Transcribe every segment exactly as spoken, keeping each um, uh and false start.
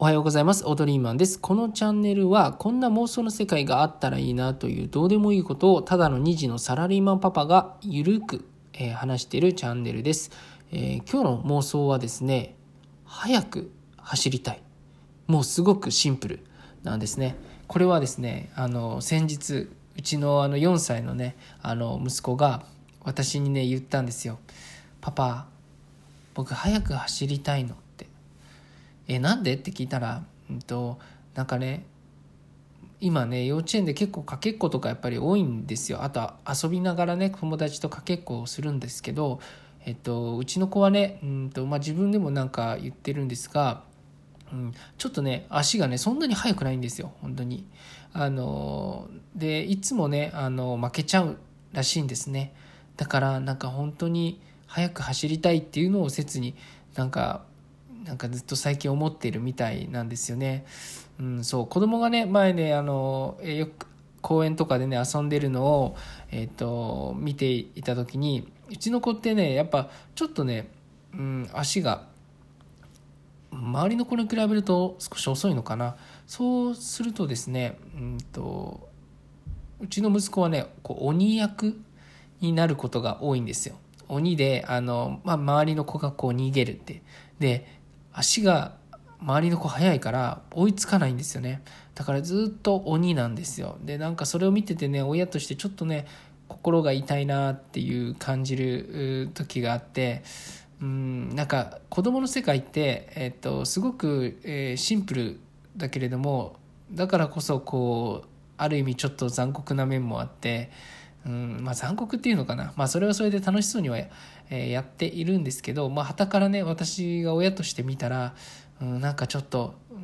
おはようございます。オードリーマンです。このチャンネルはこんな妄想の世界があったらいいなというどうでもいいことをただのに児のサラリーマンパパがゆるく、えー、話しているチャンネルです、えー、今日の妄想はですね、早く走りたい。もうすごくシンプルなんですね。これはですね、あの先日うちのあのよんさいのねあの息子が私にね言ったんですよ。パパ、僕早く走りたいの。えなんでって聞いたら、うんと、なんかね今ね幼稚園で結構かけっことかやっぱり多いんですよ。あとは遊びながらね友達とかけっこをするんですけど、えっと、うちの子はねうんと、まあ、自分でもなんか言ってるんですが、うん、ちょっとね足がねそんなに速くないんですよ本当に。あのでいつもねあの負けちゃうらしいんですね。だからなんか本当に速く走りたいっていうのを切になんかなんかずっと最近思っているみたいなんですよね。うん、そう子供がね前ねあのよく公園とかでね遊んでるのを、えー、と見ていた時に、うちの子ってねやっぱちょっとね、うん、足が周りの子に比べると少し遅いのかな。そうするとですね、うんとうちの息子はねこう鬼役になることが多いんですよ。鬼であの、まあ、周りの子がこう逃げるってで足が周りの子速いから追いつかないんですよね。だからずっと鬼なんですよ。でなんかそれを見ててね親としてちょっとね心が痛いなっていう感じる時があって、うんなんか子供の世界って、えっと、すごく、えー、シンプルだけれどもだからこそこうある意味ちょっと残酷な面もあって、うんまあ、残酷っていうのかな、まあ、それはそれで楽しそうには、えー、やっているんですけど、まあ、傍からね私が親として見たら、うん、なんかちょっと、うん、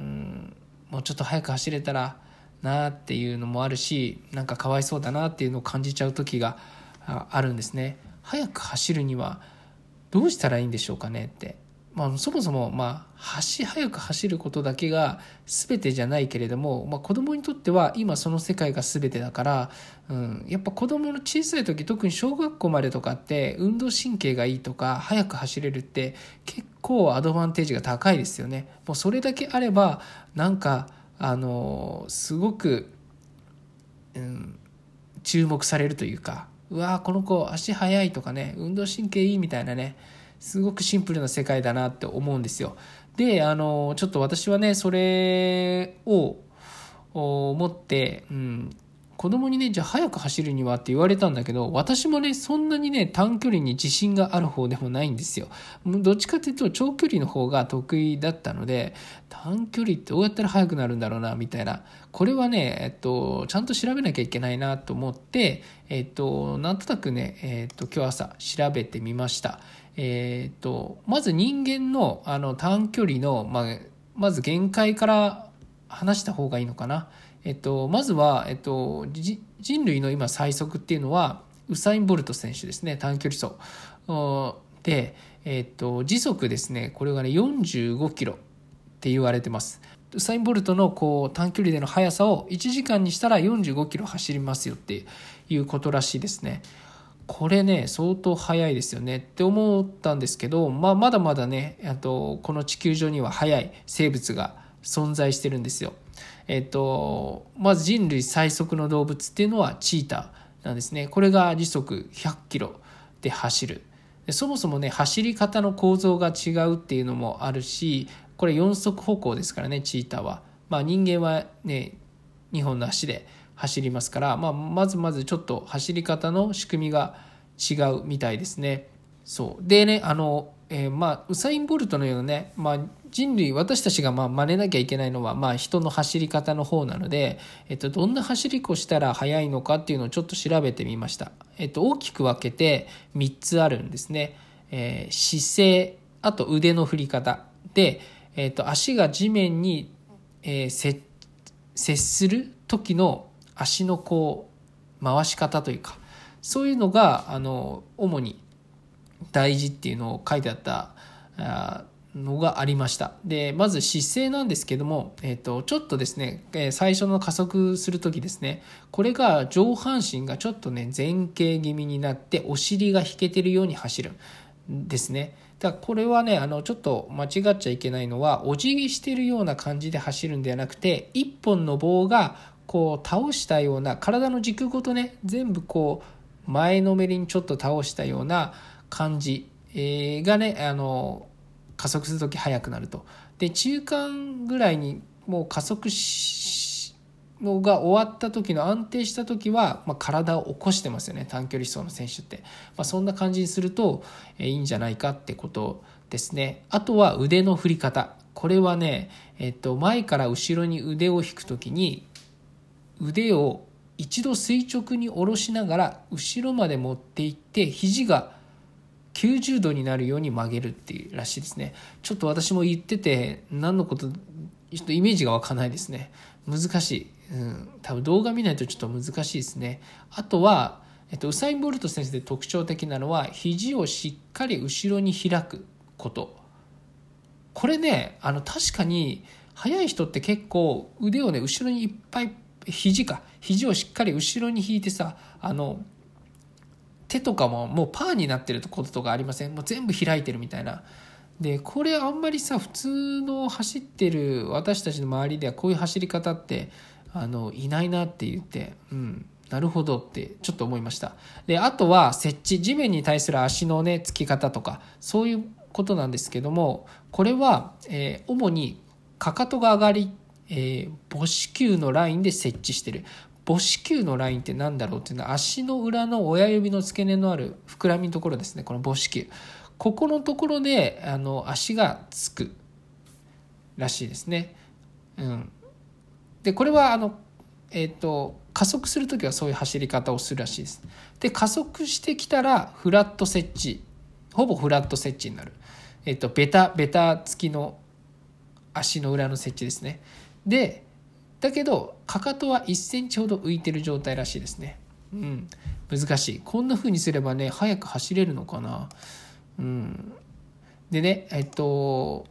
もうちょっと早く走れたらなっていうのもあるし、なんかかわいそうだなっていうのを感じちゃう時があるんですね。早く走るにはどうしたらいいんでしょうかねって。まあ、そもそも、まあ、走早く走ることだけが全てじゃないけれども、まあ、子供にとっては今その世界が全てだから、うん、やっぱ子供の小さい時特に小学校までとかって運動神経がいいとか早く走れるって結構アドバンテージが高いですよね。もうそれだけあればなんかあのすごく、うん、注目されるというか、うわーこの子足速いとかね運動神経いいみたいなね、すごくシンプルな世界だなって思うんですよ。であのちょっと私はねそれを思って、うん、子供にねじゃあ早く走るにはって言われたんだけど、私もねそんなにね短距離に自信がある方でもないんですよ。どっちかというと長距離の方が得意だったので、短距離ってどうやったら速くなるんだろうなみたいな、これはね、えっと、ちゃんと調べなきゃいけないなと思って、えっと、なんとなくね、えっと、今日朝調べてみました。えっと、まず人間の、あの短距離の、まあ、まず限界から話した方がいいのかな。えっと、まずは、えっと、人類の今最速っていうのはウサイン・ボルト選手ですね。短距離走で、えっと、時速ですねこれがねよんじゅうごキロって言われてます。ウサイン・ボルトのこう短距離での速さをいちじかんにしたらよんじゅうごキロ走りますよっていうことらしいですね。これね相当速いですよねって思ったんですけど、まあ、まだまだねあとこの地球上には速い生物が存在してるんですよ。えっと、まず人類最速の動物っていうのはチーターなんですね。これが時速ひゃっキロで走る。でそもそもね走り方の構造が違うっていうのもあるし、これよん足歩行ですからねチーターは。まあ、人間はねにほんの足で走りますから、まあ、まずまずちょっと走り方の仕組みが違うみたいですね。そうでねあの、えー、まあウサイン・ボルトのようなね、まあ、人類私たちがまあ真似なきゃいけないのは、まあ、人の走り方の方なので、えっと、どんな走りをしたら速いのかっていうのをちょっと調べてみました。えっと、大きく分けてみっつあるんですね。えー、姿勢、あと腕の振り方で、えっと、足が地面に、えー、接接する時の足のこう回し方というか、そういうのがあの主に大事っていうのを書いてあったのがありました。でまず姿勢なんですけども、えー、とちょっとですね最初の加速する時ですね、これが上半身がちょっとね前傾気味になってお尻が引けてるように走るんですね。 だからこれはねあのちょっと間違っちゃいけないのは、お辞儀してるような感じで走るんではなくて、一本の棒がこう倒したような、体の軸ごとね全部こう前のめりにちょっと倒したような感じがね、あの加速するとき速くなると。で中間ぐらいにもう加速しのが終わった時の安定した時は、まあ、体を起こしてますよね、短距離走の選手って、まあ、そんな感じにすると、えー、いいんじゃないかってことですね。あとは腕の振り方、これはね、えっと、前から後ろに腕を引く時に腕を一度垂直に下ろしながら後ろまで持っていって、肘がきゅうじゅうどになるように曲げるっていうらしいですね。ちょっと私も言ってて何のことちょっとイメージが湧かないですね。難しい、うん、多分動画見ないとちょっと難しいですね。あとは、えっと、ウサイン・ボルト先生で特徴的なのは肘をしっかり後ろに開くこと。これねあの確かに速い人って結構腕をね後ろにいっぱい肘か肘をしっかり後ろに引いてさ、あの手とかももうパーになってることとかありません？もう全部開いてるみたいな。でこれあんまりさ普通の走ってる私たちの周りではこういう走り方ってあのいないなって言って、うん、なるほどってちょっと思いました。であとは接地、地面に対する足のねつき方とかそういうことなんですけども、これは、えー、主にかかとが上がり、えー、母子球のラインで設置してる。母子球のラインって何だろうっていうのは、足の裏の親指の付け根のある膨らみのところですね。この母子球、ここのところであの足がつくらしいですね。うん、でこれはあの、えーと、加速するときはそういう走り方をするらしいです。で加速してきたらフラット接地、ほぼフラット接地になる、えーと、ベタベタ付きの足の裏の接地ですね。でだけどかかとはいっセンチほど浮いてる状態らしいですね。うん、難しい。こんな風にすればね速く走れるのかな。うん、でねえっと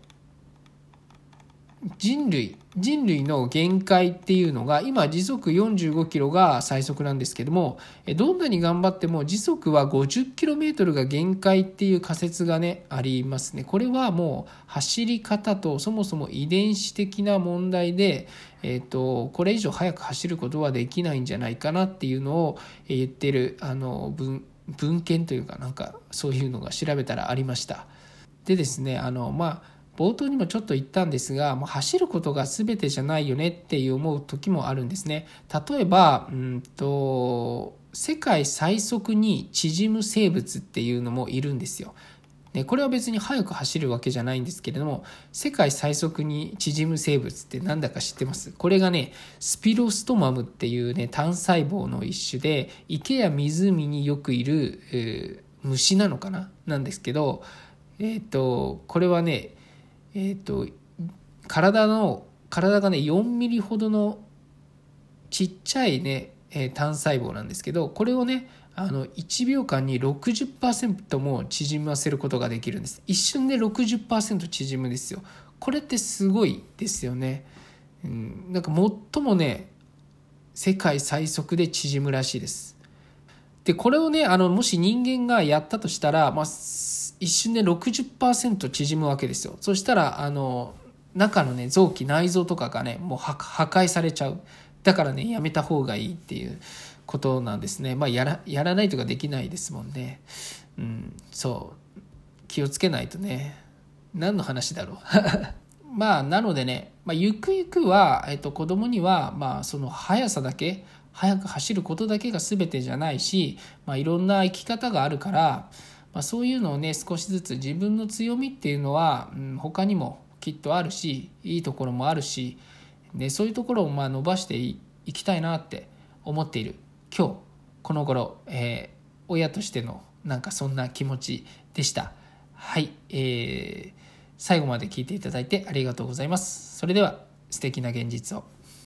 人類人類の限界っていうのが今時速よんじゅうごキロが最速なんですけども、どんなに頑張っても時速はごじゅっキロメートルが限界っていう仮説がねありますね。これはもう走り方とそもそも遺伝子的な問題で、えーと、これ以上速く走ることはできないんじゃないかなっていうのを言ってるあの 文, 文献というかなんかそういうのが調べたらありました。でですねあのまあ冒頭にもちょっと言ったんですが、もう走ることが全てじゃないよねっていう思う時もあるんですね。例えば、うんと、世界最速に縮む生物っていうのもいるんですよ。ね、これは別に速く走るわけじゃないんですけれども、世界最速に縮む生物って何だか知ってます？これがね、スピロストマムっていうね、単細胞の一種で、池や湖によくいる、えー、虫なのかななんですけど、えっと、これはね、えーと、体の体がねよんミリほどのちっちゃいね、えー、単細胞なんですけど、これをねあのいちびょうかんに ろくじゅっパーセント も縮ませることができるんです。一瞬で ろくじゅっパーセント 縮むんですよ。これってすごいですよね。うん、なんか最もね世界最速で縮むらしいです。でこれをねあのもし人間がやったとしたら、まあ一瞬で ろくじゅっパーセント 縮むわけですよ。そしたらあの中のね臓器内臓とかがねもう破壊されちゃう。だからねやめた方がいいっていうことなんですね。まあやらやらないとかできないですもんね。うん、そう気をつけないとね。何の話だろう。まあなのでね、まあ、ゆくゆくは、えっと、子供にはまあその速さだけ速く走ることだけが全てじゃないし、まあ、いろんな生き方があるから。まあ、そういうのをね少しずつ自分の強みっていうのは、うん、他にもきっとあるしいいところもあるし、ね、そういうところをまあ伸ばしていきたいなって思っている今日この頃、えー、親としてのなんかそんな気持ちでした。はい、えー、最後まで聞いていただいてありがとうございます。それでは素敵な現実を。